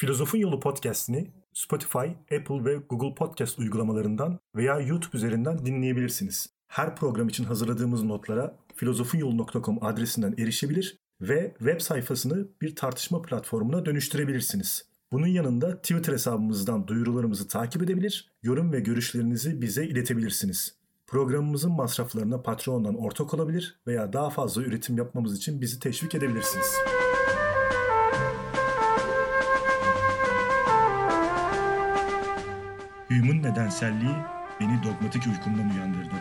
Filozofun Yolu podcast'ini Spotify, Apple ve Google Podcast uygulamalarından veya YouTube üzerinden dinleyebilirsiniz. Her program için hazırladığımız notlara filozofunyolu.com adresinden erişebilir ve web sayfasını bir tartışma platformuna dönüştürebilirsiniz. Bunun yanında Twitter hesabımızdan duyurularımızı takip edebilir, yorum ve görüşlerinizi bize iletebilirsiniz. Programımızın masraflarına Patreon'dan ortak olabilir veya daha fazla üretim yapmamız için bizi teşvik edebilirsiniz. Hume'un nedenselliği beni dogmatik uykumdan uyandırdı.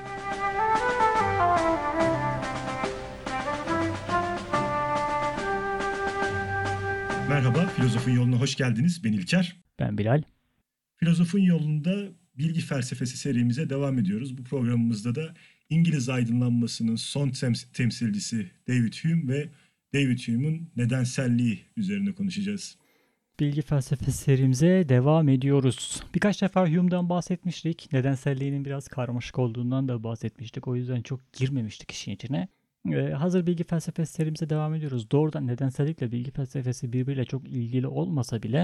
Merhaba, Filozofun Yolu'na hoş geldiniz. Ben İlker. Ben Bilal. Filozofun Yolu'nda bilgi felsefesi serimize devam ediyoruz. Bu programımızda da İngiliz aydınlanmasının son temsilcisi David Hume ve David Hume'un nedenselliği üzerine konuşacağız. Bilgi felsefesi serimize devam ediyoruz. Birkaç defa Hume'dan bahsetmiştik. Nedenselliğinin biraz karmaşık olduğundan da bahsetmiştik. O yüzden çok girmemiştik işin içine. Hazır bilgi felsefesi serimize devam ediyoruz. Doğrudan nedensellikle bilgi felsefesi birbiriyle çok ilgili olmasa bile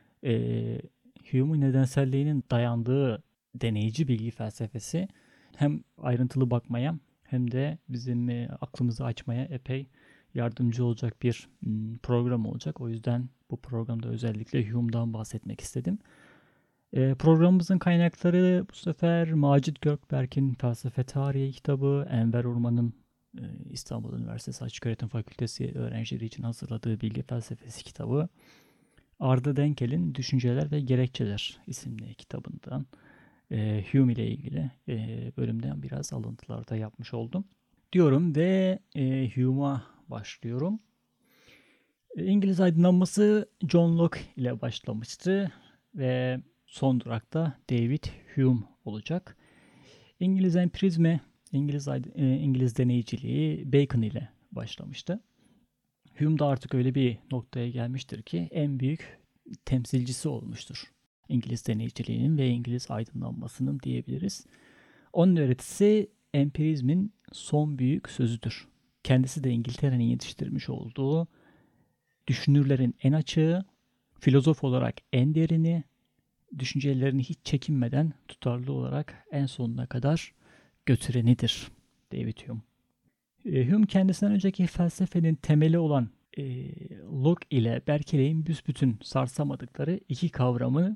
Hume'un nedenselliğinin dayandığı deneyici bilgi felsefesi hem ayrıntılı bakmaya hem de bizim aklımızı açmaya epey yardımcı olacak bir program olacak. O yüzden bu programda özellikle Hume'dan bahsetmek istedim. Programımızın kaynakları bu sefer Macit Gökberk'in Felsefe Tarihi kitabı, Enver Urman'ın İstanbul Üniversitesi Açıköğretim Fakültesi öğrencileri için hazırladığı bilgi felsefesi kitabı, Arda Denkel'in Düşünceler ve Gerekçeler isimli kitabından Hume ile ilgili bölümden biraz alıntılar da yapmış oldum diyorum ve Hume'a başlıyorum. İngiliz aydınlanması John Locke ile başlamıştı ve son durakta David Hume olacak. İngiliz empirizmi, İngiliz deneyiciliği Bacon ile başlamıştı. Hume da artık öyle bir noktaya gelmiştir ki en büyük temsilcisi olmuştur İngiliz deneyiciliğinin ve İngiliz aydınlanmasının diyebiliriz. Onun öğretisi empirizmin son büyük sözüdür. Kendisi de İngiltere'nin yetiştirmiş olduğu düşünürlerin en açığı, filozof olarak en derini, düşüncelerini hiç çekinmeden tutarlı olarak en sonuna kadar götürenidir David Hume. Hume kendisinden önceki felsefenin temeli olan Locke ile Berkeley'in büsbütün sarsamadıkları iki kavramı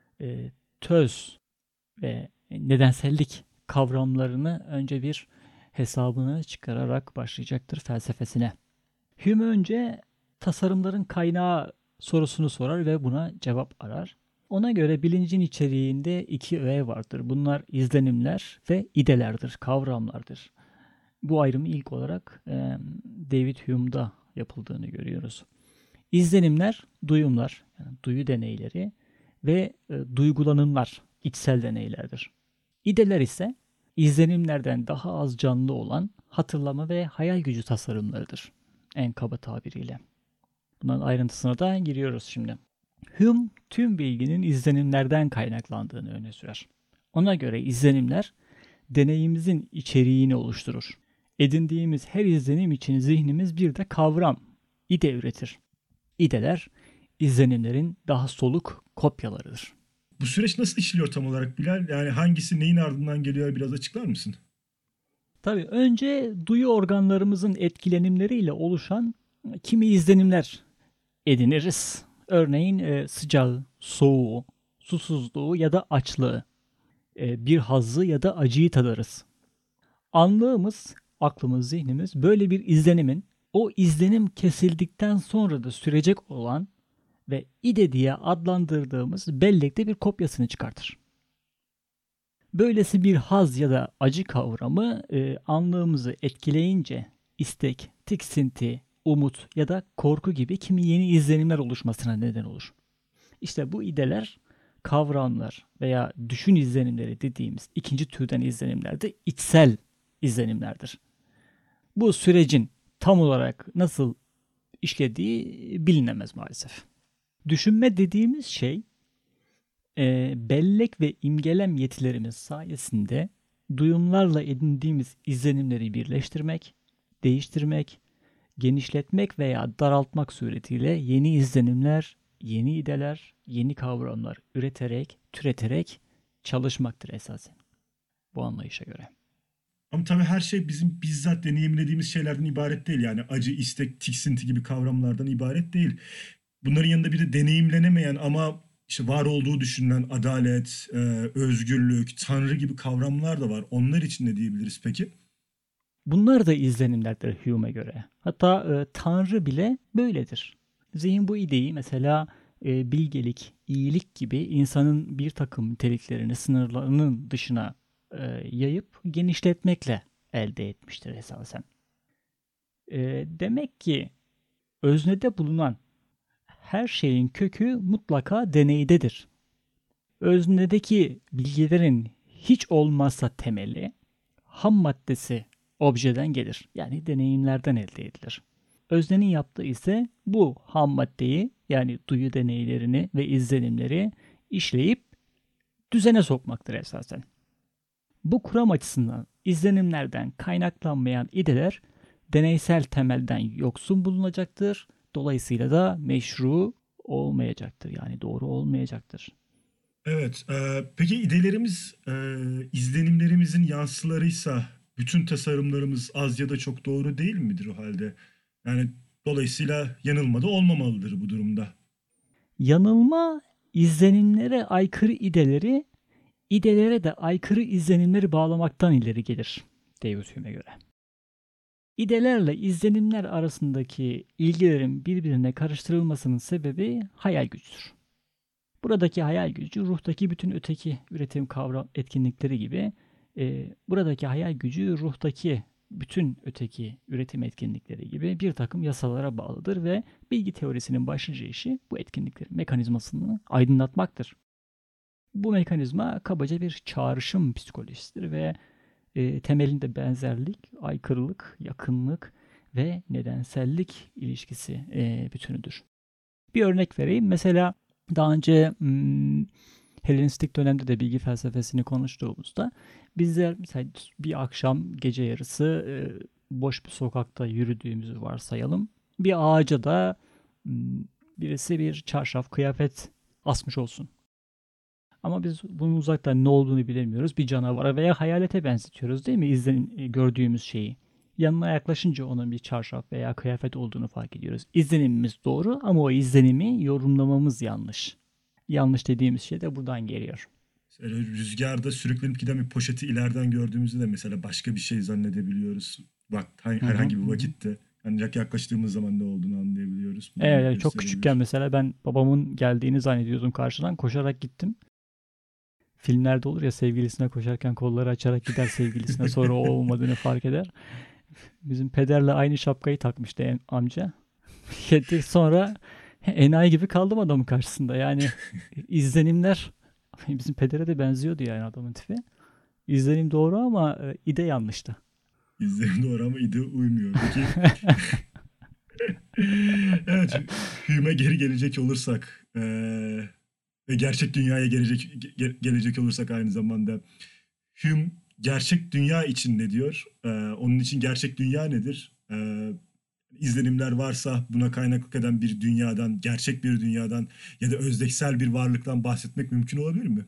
töz ve nedensellik kavramlarını önce bir hesabını çıkararak başlayacaktır felsefesine. Hume önce tasarımların kaynağı sorusunu sorar ve buna cevap arar. Ona göre bilincin içeriğinde iki öğe vardır. Bunlar izlenimler ve idelerdir, kavramlardır. Bu ayrımı ilk olarak David Hume'da yapıldığını görüyoruz. İzlenimler, duyumlar, yani duyu deneyleri ve duygulanımlar, içsel deneylerdir. İdeler ise izlenimlerden daha az canlı olan hatırlama ve hayal gücü tasarımlarıdır. En kaba tabiriyle. Bunların ayrıntısına da giriyoruz şimdi. Hume tüm bilginin izlenimlerden kaynaklandığını öne sürer. Ona göre izlenimler deneyimizin içeriğini oluşturur. Edindiğimiz her izlenim için zihnimiz bir de kavram, ide üretir. İdeler izlenimlerin daha soluk kopyalarıdır. Bu süreç nasıl işliyor tam olarak Bilal? Yani hangisi neyin ardından geliyor biraz açıklar mısın? Tabii önce duyu organlarımızın etkilenimleriyle oluşan kimi izlenimler ediniriz. Örneğin sıcağı, soğuğu, susuzluğu ya da açlığı, bir hazzı ya da acıyı tadarız. Anlığımız, aklımız, zihnimiz böyle bir izlenimin o izlenim kesildikten sonra da sürecek olan ve ide diye adlandırdığımız bellekte bir kopyasını çıkartır. Böylesi bir haz ya da acı kavramı anlığımızı etkileyince istek, tiksinti, umut ya da korku gibi kimi yeni izlenimler oluşmasına neden olur. İşte bu ideler, kavramlar veya düşün izlenimleri dediğimiz ikinci türden izlenimler de içsel izlenimlerdir. Bu sürecin tam olarak nasıl işlediği bilinemez maalesef. Düşünme dediğimiz şey bellek ve imgelem yetilerimiz sayesinde duyumlarla edindiğimiz izlenimleri birleştirmek, değiştirmek, genişletmek veya daraltmak suretiyle yeni izlenimler yeni ideler, yeni kavramlar üreterek, türeterek çalışmaktır esasen. Bu anlayışa göre. Ama tabii her şey bizim bizzat deneyimlediğimiz şeylerden ibaret değil. Yani acı, istek, tiksinti gibi kavramlardan ibaret değil. Bunların yanında bir de deneyimlenemeyen ama işte var olduğu düşünülen adalet, özgürlük, tanrı gibi kavramlar da var. Onlar için ne diyebiliriz peki? Bunlar da izlenimlerdir Hume'e göre. Hatta Tanrı bile böyledir. Zihin bu ideyi mesela bilgelik, iyilik gibi insanın bir takım niteliklerini sınırlarının dışına yayıp genişletmekle elde etmiştir esasen. Demek ki öznede bulunan her şeyin kökü mutlaka deneydedir. Öznedeki bilgilerin hiç olmazsa temeli, ham maddesi objeden gelir. Yani deneyimlerden elde edilir. Öznenin yaptığı ise bu ham maddeyi yani duyu deneylerini ve izlenimleri işleyip düzene sokmaktır esasen. Bu kuram açısından izlenimlerden kaynaklanmayan ideler deneysel temelden yoksun bulunacaktır. Dolayısıyla da meşru olmayacaktır. Yani doğru olmayacaktır. Evet, peki idelerimiz izlenimlerimizin yansılarıysa bütün tasarımlarımız az ya da çok doğru değil midir o halde? Yani dolayısıyla yanılma da olmamalıdır bu durumda. Yanılma izlenimlere aykırı ideleri, idelere de aykırı izlenimleri bağlamaktan ileri gelir David Hume'e göre. İdelerle izlenimler arasındaki ilgilerin birbirine karıştırılmasının sebebi hayal gücüdür. Buradaki hayal gücü ruhtaki bütün öteki üretim kavram etkinlikleri gibi buradaki hayal gücü ruhtaki bütün öteki üretim etkinlikleri gibi bir takım yasalara bağlıdır ve bilgi teorisinin başlıca işi bu etkinliklerin mekanizmasını aydınlatmaktır. Bu mekanizma kabaca bir çağrışım psikolojisidir ve temelinde benzerlik, aykırılık, yakınlık ve nedensellik ilişkisi bütünüdür. Bir örnek vereyim. Mesela daha önce Helenistik dönemde de bilgi felsefesini konuştuğumuzda bizler mesela bir akşam gece yarısı boş bir sokakta yürüdüğümüzü varsayalım. Bir ağaca da birisi bir çarşaf, kıyafet asmış olsun. Ama biz bunun uzaktan ne olduğunu bilemiyoruz. Bir canavara veya hayalete benzetiyoruz değil mi gördüğümüz şeyi. Yanına yaklaşınca onun bir çarşaf veya kıyafet olduğunu fark ediyoruz. İzlenimimiz doğru ama o izlenimi yorumlamamız yanlış. Yanlış dediğimiz şey de buradan geliyor. Rüzgarda sürüklenip giden bir poşeti ileriden gördüğümüzde de mesela başka bir şey zannedebiliyoruz. Herhangi bir vakitte. Ancak yaklaştığımız zaman ne olduğunu anlayabiliyoruz. Bu Evet, çok küçükken mesela ben babamın geldiğini zannediyordum karşıdan. Koşarak gittim. Filmlerde olur ya sevgilisine koşarken kolları açarak gider sevgilisine sonra o olmadığını fark eder. Bizim pederle aynı şapkayı takmıştı amca. Sonra enayi gibi kaldım adamın karşısında. Yani izlenimler bizim pedere de benziyordu yani adamın tipi. İzlenim doğru ama ide yanlıştı. İzlenim doğru ama ide uymuyor. Peki evet, Hume'e geri gelecek olursak ve gerçek dünyaya gelecek olursak aynı zamanda Hume gerçek dünya için ne diyor? Onun için gerçek dünya nedir? İzlenimler varsa buna kaynaklık eden bir dünyadan, gerçek bir dünyadan ya da özdeksel bir varlıktan bahsetmek mümkün olabilir mi?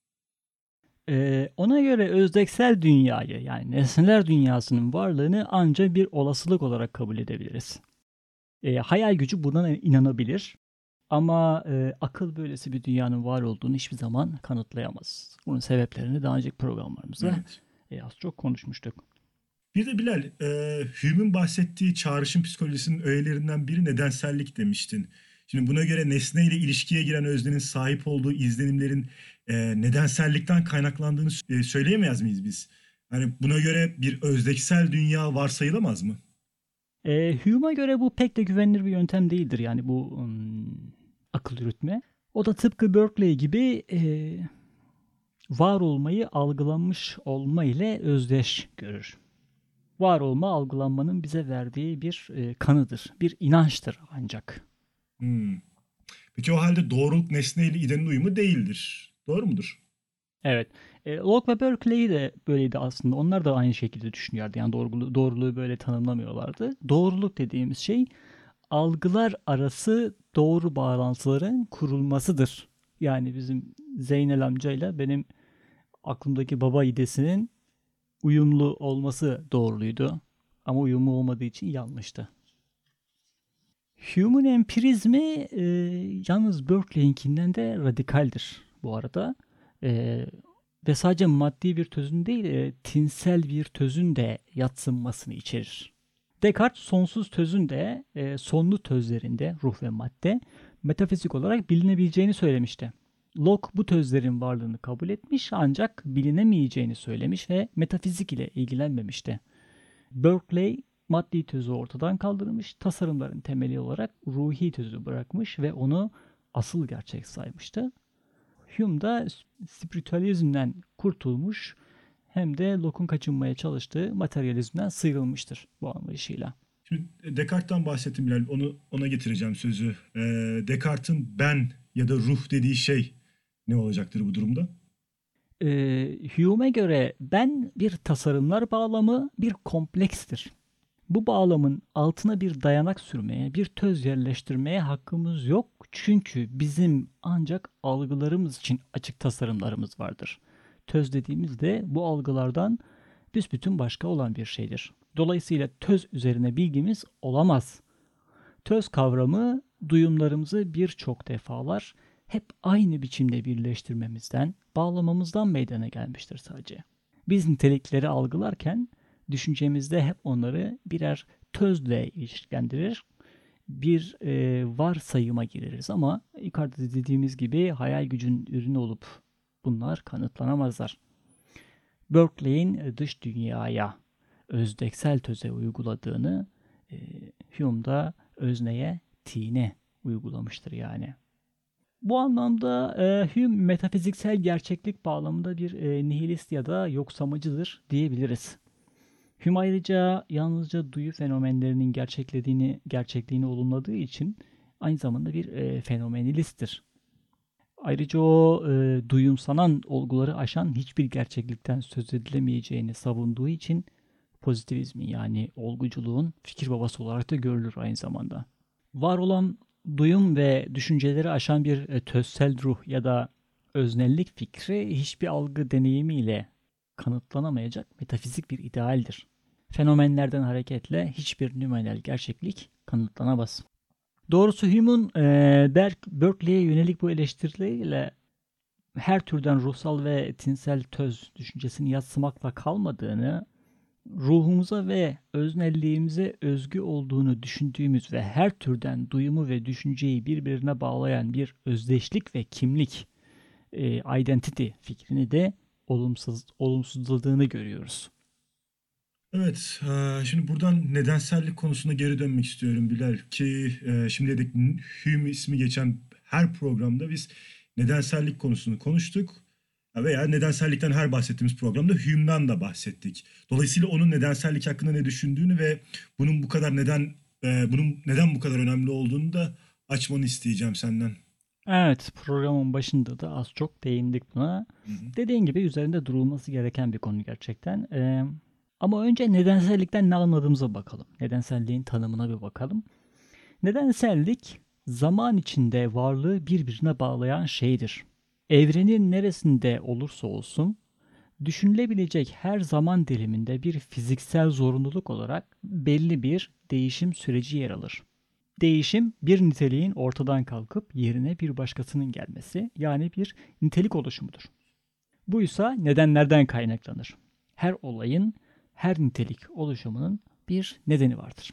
Ona göre özdeksel dünyayı yani nesneler dünyasının varlığını ancak bir olasılık olarak kabul edebiliriz. Hayal gücü buna inanabilir ama akıl böylesi bir dünyanın var olduğunu hiçbir zaman kanıtlayamaz. Bunun sebeplerini daha önceki programlarımızda az çok konuşmuştuk. Bir de Bilal, Hume'un bahsettiği çağrışım psikolojisinin öğelerinden biri nedensellik demiştin. Şimdi buna göre nesneyle ilişkiye giren öznenin sahip olduğu izlenimlerin nedensellikten kaynaklandığını söyleyemez miyiz biz? Hani buna göre bir özdeksel dünya varsayılamaz mı? Hume'a göre bu pek de güvenilir bir yöntem değildir yani bu akıl yürütme. O da tıpkı Berkeley gibi var olmayı algılanmış olma ile özdeş görür. Var olma algılanmanın bize verdiği bir kanıdır, bir inançtır ancak. Peki o halde doğruluk nesneyle idenin uyumu değildir. Doğru mudur? Evet. Locke ve Berkeley de böyleydi aslında. Onlar da aynı şekilde düşünüyordu. Yani doğruluğu böyle tanımlamıyorlardı. Doğruluk dediğimiz şey algılar arası doğru bağlantıların kurulmasıdır. Yani bizim Zeynel amcayla benim aklımdaki baba idesinin uyumlu olması doğruydu. Ama uyumlu olmadığı için yanlıştı. Hume'un empirizmi yalnız Berkeley'inkinden de radikaldir bu arada. Ve sadece maddi bir tözün değil, tinsel bir tözün de yadsınmasını içerir. Descartes sonsuz tözün de sonlu tözlerinde ruh ve madde metafizik olarak bilinebileceğini söylemişti. Locke bu tözlerin varlığını kabul etmiş ancak bilinemeyeceğini söylemiş ve metafizik ile ilgilenmemişti. Berkeley maddi tözü ortadan kaldırmış, tasarımların temeli olarak ruhi tözü bırakmış ve onu asıl gerçek saymıştı. Hume da spiritüalizmden kurtulmuş hem de Locke'un kaçınmaya çalıştığı materyalizmden sıyrılmıştır bu anlayışıyla. Şimdi Descartes'tan bahsettim Bilal. Ona getireceğim sözü. Descartes'in ben ya da ruh dediği şey ne olacaktır bu durumda? Hume'e göre ben bir tasarımlar bağlamı, bir komplekstir. Bu bağlamın altına bir dayanak sürmeye, bir töz yerleştirmeye hakkımız yok. Çünkü bizim ancak algılarımız için açık tasarımlarımız vardır. Töz dediğimizde bu algılardan büsbütün başka olan bir şeydir. Dolayısıyla töz üzerine bilgimiz olamaz. Töz kavramı duyumlarımızı birçok defalar hep aynı biçimde birleştirmemizden, bağlamamızdan meydana gelmiştir sadece. Biz nitelikleri algılarken düşüncemizde hep onları birer tözle ilişkilendirir, bir varsayıma gireriz ama yukarıda dediğimiz gibi hayal gücün ürünü olup bunlar kanıtlanamazlar. Berkeley'in dış dünyaya özdeksel töze uyguladığını Hume da özneye tine uygulamıştır yani. Bu anlamda Hume metafiziksel gerçeklik bağlamında bir nihilist ya da yoksamacıdır diyebiliriz. Hume ayrıca yalnızca duyu fenomenlerinin gerçekliğini olumladığı için aynı zamanda bir fenomenalisttir. Ayrıca o duyumsanan olguları aşan hiçbir gerçeklikten söz edilemeyeceğini savunduğu için pozitivizmin yani olguculuğun fikir babası olarak da görülür aynı zamanda. Var olan duyum ve düşünceleri aşan bir tözsel ruh ya da öznellik fikri hiçbir algı deneyimiyle kanıtlanamayacak metafizik bir idealdir. Fenomenlerden hareketle hiçbir nümenal gerçeklik kanıtlanamaz. Doğrusu Hume'un Berkeley'e yönelik bu eleştirileriyle her türden ruhsal ve tinsel töz düşüncesini yadsımakla kalmadığını, ruhumuza ve öznelliğimize özgü olduğunu düşündüğümüz ve her türden duyumu ve düşünceyi birbirine bağlayan bir özdeşlik ve kimlik, identity fikrini de olumsuzladığını görüyoruz. Evet, şimdi buradan nedensellik konusuna geri dönmek istiyorum Bilal ki şimdiye dek Hume ismi geçen her programda biz nedensellik konusunu konuştuk veya nedensellikten her bahsettiğimiz programda Hume'dan da bahsettik. Dolayısıyla onun nedensellik hakkında ne düşündüğünü ve bunun neden bu kadar önemli olduğunu da açmanı isteyeceğim senden. Evet, programın başında da az çok değindik buna. Dediğin gibi üzerinde durulması gereken bir konu gerçekten. Ama önce nedensellikten ne anladığımıza bakalım. Nedenselliğin tanımına bir bakalım. Nedensellik zaman içinde varlığı birbirine bağlayan şeydir. Evrenin neresinde olursa olsun düşünülebilecek her zaman diliminde bir fiziksel zorunluluk olarak belli bir değişim süreci yer alır. Değişim bir niteliğin ortadan kalkıp yerine bir başkasının gelmesi yani bir nitelik oluşumudur. Bu ise nedenlerden kaynaklanır. Her olayın, her nitelik oluşumunun bir nedeni vardır.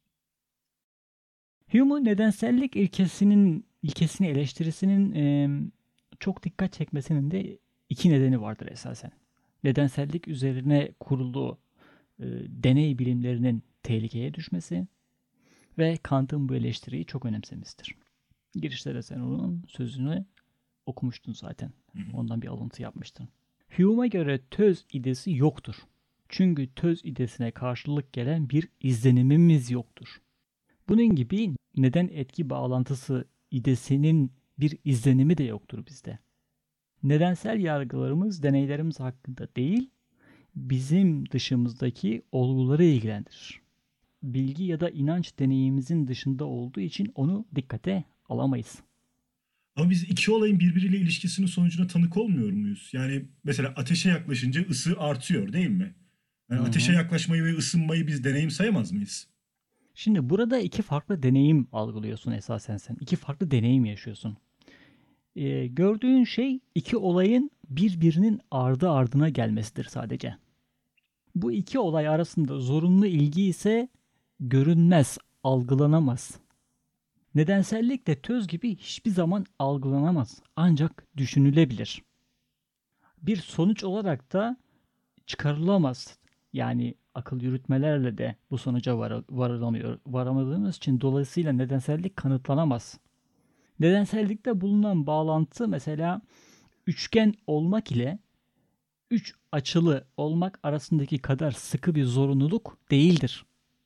Hume'un nedensellik ilkesini eleştirisinin çok dikkat çekmesinin de iki nedeni vardır esasen. Nedensellik üzerine kurulu deney bilimlerinin tehlikeye düşmesi ve Kant'ın bu eleştiriyi çok önemsemesidir. Girişte de sen onun sözünü okumuştun zaten. Ondan bir alıntı yapmıştın. Hume'a göre töz idesi yoktur. Çünkü töz idesine karşılık gelen bir izlenimimiz yoktur. Bunun gibi neden etki bağlantısı idesinin bir izlenimi de yoktur bizde. Nedensel yargılarımız deneylerimiz hakkında değil, bizim dışımızdaki olguları ilgilendirir. bilgi ya da inanç deneyimimizin dışında olduğu için onu dikkate alamayız. Ama biz iki olayın birbiriyle ilişkisinin sonucuna tanık olmuyor muyuz? Yani mesela ateşe yaklaşınca ısı artıyor değil mi? Yani Hı ateşe hı. yaklaşmayı ve ısınmayı biz deneyim sayamaz mıyız? Şimdi burada iki farklı deneyim algılıyorsun esasen sen. İki farklı deneyim yaşıyorsun. Gördüğün şey iki olayın birbirinin ardı ardına gelmesidir sadece. Bu iki olay arasında zorunlu ilgi ise görünmez, algılanamaz. Nedensellik de töz gibi hiçbir zaman algılanamaz, ancak düşünülebilir. Bir sonuç olarak da çıkarılamaz. Yani akıl yürütmelerle de bu sonuca varamadığımız için dolayısıyla nedensellik kanıtlanamaz. Nedensellikte bulunan bağlantı mesela üçgen olmak ile üç açılı olmak arasındaki kadar sıkı bir zorunluluk değildir.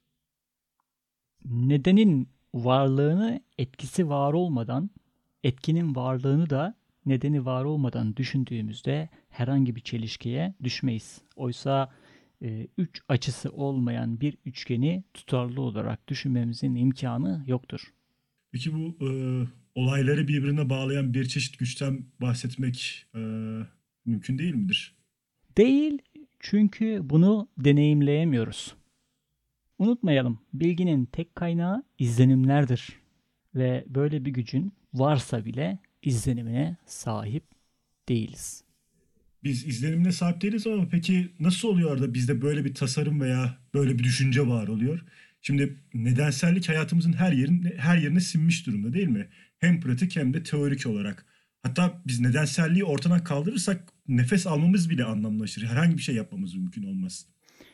Nedenin varlığını etkisi var olmadan, etkinin varlığını da nedeni var olmadan düşündüğümüzde herhangi bir çelişkiye düşmeyiz. Oysa üç açısı olmayan bir üçgeni tutarlı olarak düşünmemizin imkanı yoktur. Peki bu olayları birbirine bağlayan bir çeşit güçten bahsetmek mümkün değil midir? Değil, çünkü bunu deneyimleyemiyoruz. Unutmayalım, bilginin tek kaynağı izlenimlerdir ve böyle bir gücün varsa bile izlenimine sahip değiliz. Biz izlenimine sahip değiliz ama peki nasıl oluyor da bizde böyle bir tasarım veya böyle bir düşünce var oluyor? Şimdi nedensellik hayatımızın her yerine sinmiş durumda değil mi? Hem pratik hem de teorik olarak. Hatta biz nedenselliği ortadan kaldırırsak nefes almamız bile anlamlaşır. Herhangi bir şey yapmamız mümkün olmaz.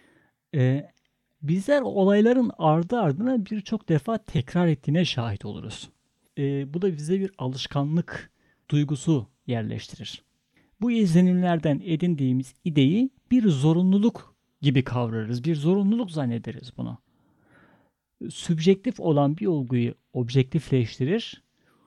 Ee, Bizler olayların ardı ardına birçok defa tekrar ettiğine şahit oluruz. Bu da bize bir alışkanlık duygusu yerleştirir. Bu izlenimlerden edindiğimiz ideyi bir zorunluluk gibi kavrarız. Bir zorunluluk zannederiz bunu. Sübjektif olan bir olguyu objektifleştirir.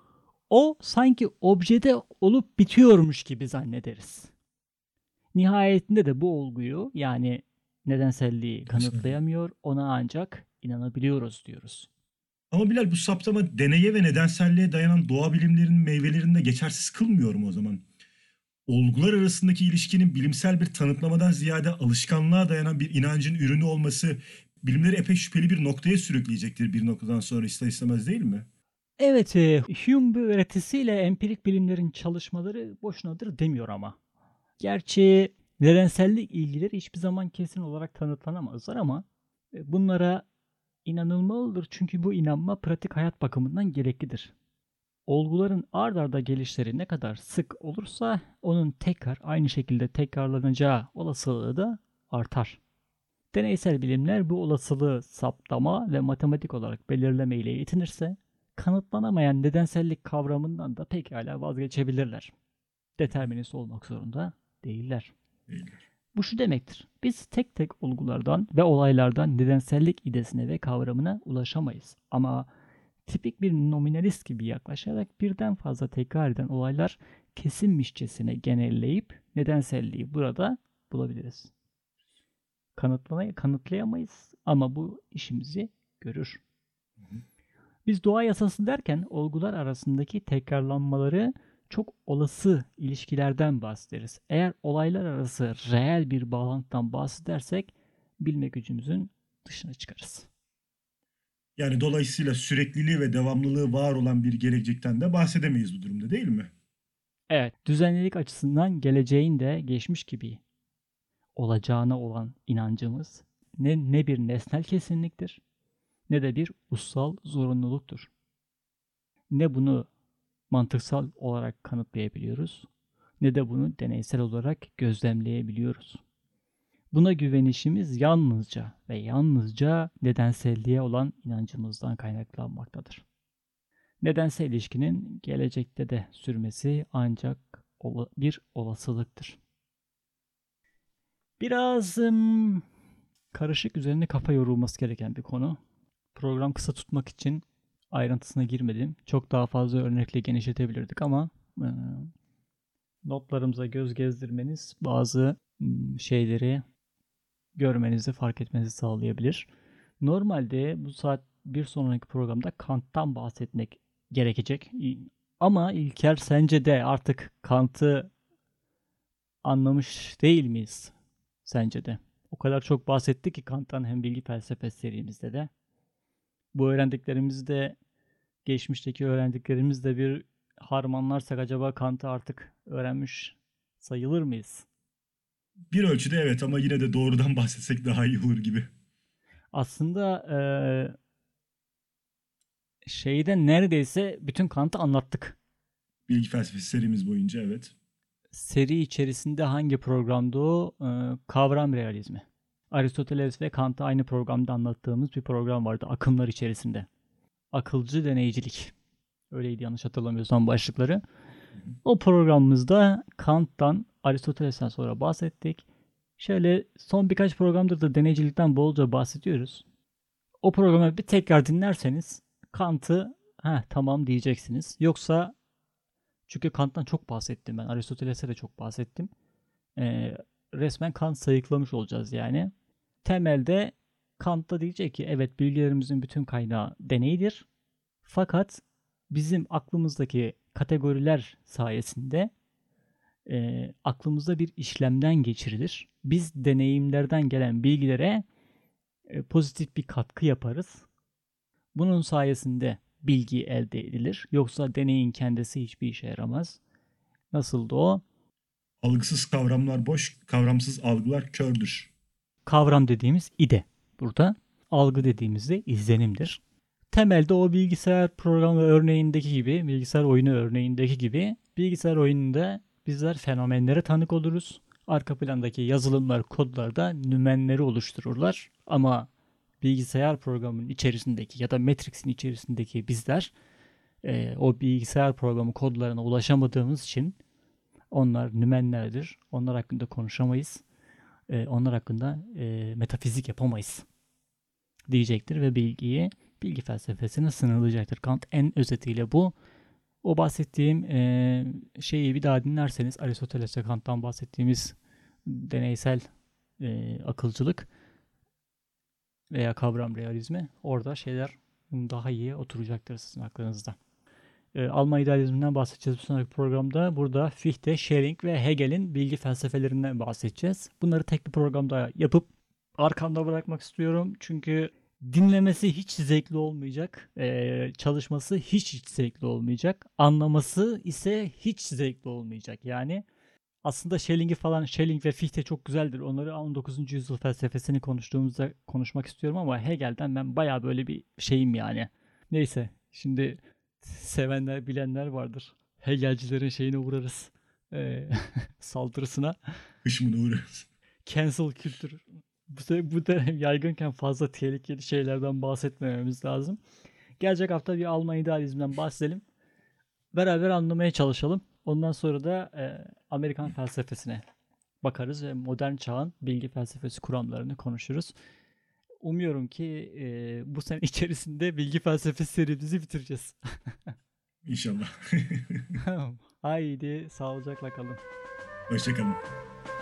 O sanki objede olup bitiyormuş gibi zannederiz. Nihayetinde de bu olguyu, yani nedenselliği Nedenselliği. kanıtlayamıyor, ona ancak inanabiliyoruz diyoruz. Ama Bilal bu saptama deneye ve nedenselliğe dayanan doğa bilimlerinin meyvelerini de geçersiz kılmıyor mu o zaman? Olgular arasındaki ilişkinin bilimsel bir tanımlamadan ziyade alışkanlığa dayanan bir inancın ürünü olması bilimleri epey şüpheli bir noktaya sürükleyecektir bir noktadan sonra ister istemez değil mi? Evet, Hume bu öğretisiyle empirik bilimlerin çalışmaları boşunadır demiyor ama. Gerçi nedensellik ilgileri hiçbir zaman kesin olarak tanıtlanamazlar ama bunlara inanılmalıdır, çünkü bu inanma pratik hayat bakımından gereklidir. Olguların ard arda gelişleri ne kadar sık olursa onun tekrar aynı şekilde tekrarlanacağı olasılığı da artar. Deneysel bilimler bu olasılığı saptama ve matematik olarak belirleme ile yetinirse kanıtlanamayan nedensellik kavramından da pekala vazgeçebilirler. Determinist olmak zorunda değiller. Değiller. Bu şu demektir: biz tek tek olgulardan ve olaylardan nedensellik idesine ve kavramına ulaşamayız. Ama tipik bir nominalist gibi yaklaşarak birden fazla tekrar eden olaylar kesinmişçesine genelleyip nedenselliği burada bulabiliriz. Kanıtlayamayız ama bu işimizi görür. Biz doğa yasası derken olgular arasındaki tekrarlanmaları çok olası ilişkilerden bahsederiz. Eğer olaylar arası reel bir bağlantıdan bahsedersek bilme gücümüzün dışına çıkarız. Yani dolayısıyla sürekliliği ve devamlılığı var olan bir gelecekten de bahsedemeyiz bu durumda değil mi? Evet, düzenlilik açısından geleceğin de geçmiş gibi olacağına olan inancımız ne bir nesnel kesinliktir, ne de bir ussal zorunluluktur. Ne bunu mantıksal olarak kanıtlayabiliyoruz, ne de bunu deneysel olarak gözlemleyebiliyoruz. Buna güvenişimiz yalnızca ve yalnızca nedenselliğe olan inancımızdan kaynaklanmaktadır. Nedense ilişkinin gelecekte de sürmesi ancak bir olasılıktır. Biraz karışık, üzerine kafa yorulması gereken bir konu. Program kısa tutmak için ayrıntısına girmedim. Çok daha fazla örnekle genişletebilirdik ama notlarımıza göz gezdirmeniz bazı şeyleri görmenizi, fark etmenizi sağlayabilir. Normalde bu saat bir sonraki programda Kant'tan bahsetmek gerekecek. Ama İlker, sence de artık Kant'ı anlamış değil miyiz? Sence de. O kadar çok bahsettik ki Kant'tan hem bilgi felsefe serimizde de. Bu öğrendiklerimizi de geçmişteki öğrendiklerimizle bir harmanlarsak acaba Kant'ı artık öğrenmiş sayılır mıyız? Bir ölçüde evet, ama yine de doğrudan bahsetsek daha iyi olur gibi. Aslında şeyde neredeyse bütün Kant'ı anlattık. Bilgi felsefesi serimiz boyunca evet. Seri içerisinde hangi programda o? Kavram realizmi. Aristoteles ve Kant'ı aynı programda anlattığımız bir program vardı akımlar içerisinde. Akılcı deneycilik. Öyleydi yanlış hatırlamıyorsam başlıkları. O programımızda Kant'tan, Aristoteles'ten sonra bahsettik. Şöyle son birkaç programdır da deneycilikten bolca bahsediyoruz. O programı bir tekrar dinlerseniz Kant'ı tamam diyeceksiniz. Yoksa çünkü Kant'tan çok bahsettim ben. Aristoteles'e de çok bahsettim. Resmen Kant sayıklamış olacağız yani. Temelde Kant da diyecek ki evet, bilgilerimizin bütün kaynağı deneydir. Fakat bizim aklımızdaki kategoriler sayesinde aklımızda bir işlemden geçirilir. Biz deneyimlerden gelen bilgilere pozitif bir katkı yaparız. Bunun sayesinde bilgi elde edilir. Yoksa deneyin kendisi hiçbir işe yaramaz. Nasıldı o? Algısız kavramlar boş, kavramsız algılar kördür. Kavram dediğimiz ide burada. Algı dediğimiz de izlenimdir. Temelde o bilgisayar programı örneğindeki gibi, bilgisayar oyunu örneğindeki gibi bilgisayar oyununda bizler fenomenlere tanık oluruz. Arka plandaki yazılımlar, kodlar da nümenleri oluştururlar. Ama bilgisayar programının içerisindeki ya da Matrix'in içerisindeki bizler o bilgisayar programı kodlarına ulaşamadığımız için onlar nümenlerdir. Onlar hakkında konuşamayız. Onlar hakkında metafizik yapamayız diyecektir ve bilgi felsefesine sınırlayacaktır. Kant en özetiyle bu. O bahsettiğim şeyi bir daha dinlerseniz, Aristoteles'e Kant'tan bahsettiğimiz deneysel akılcılık veya kavram realizmi, orada şeyler daha iyi oturacaktır sizin aklınızda. Alman idealizminden bahsedeceğiz bu sonraki programda. Burada Fichte, Schelling ve Hegel'in bilgi felsefelerinden bahsedeceğiz. Bunları tek bir programda yapıp arkamda bırakmak istiyorum. Çünkü dinlemesi hiç zevkli olmayacak. Çalışması hiç zevkli olmayacak. Anlaması ise hiç zevkli olmayacak. Yani aslında Schelling ve Fichte çok güzeldir. Onları 19. yüzyıl felsefesini konuştuğumuzda konuşmak istiyorum ama Hegel'den ben bayağı böyle bir şeyim yani. Neyse, şimdi sevenler bilenler vardır. Hegelcilerin şeyine uğrarız. Saldırısına. Kışmına uğrarız. Cancel kültür. Bu dönem yaygınken fazla tehlikeli şeylerden bahsetmememiz lazım. Gelecek hafta bir Alman idealizmden bahsedelim. Beraber anlamaya çalışalım. Ondan sonra da Amerikan felsefesine bakarız ve modern çağın bilgi felsefesi kuramlarını konuşuruz. Umuyorum ki bu sene içerisinde bilgi felsefesi serimizi bitireceğiz. İnşallah. Haydi sağlıcakla kalın. Hoşça kalın.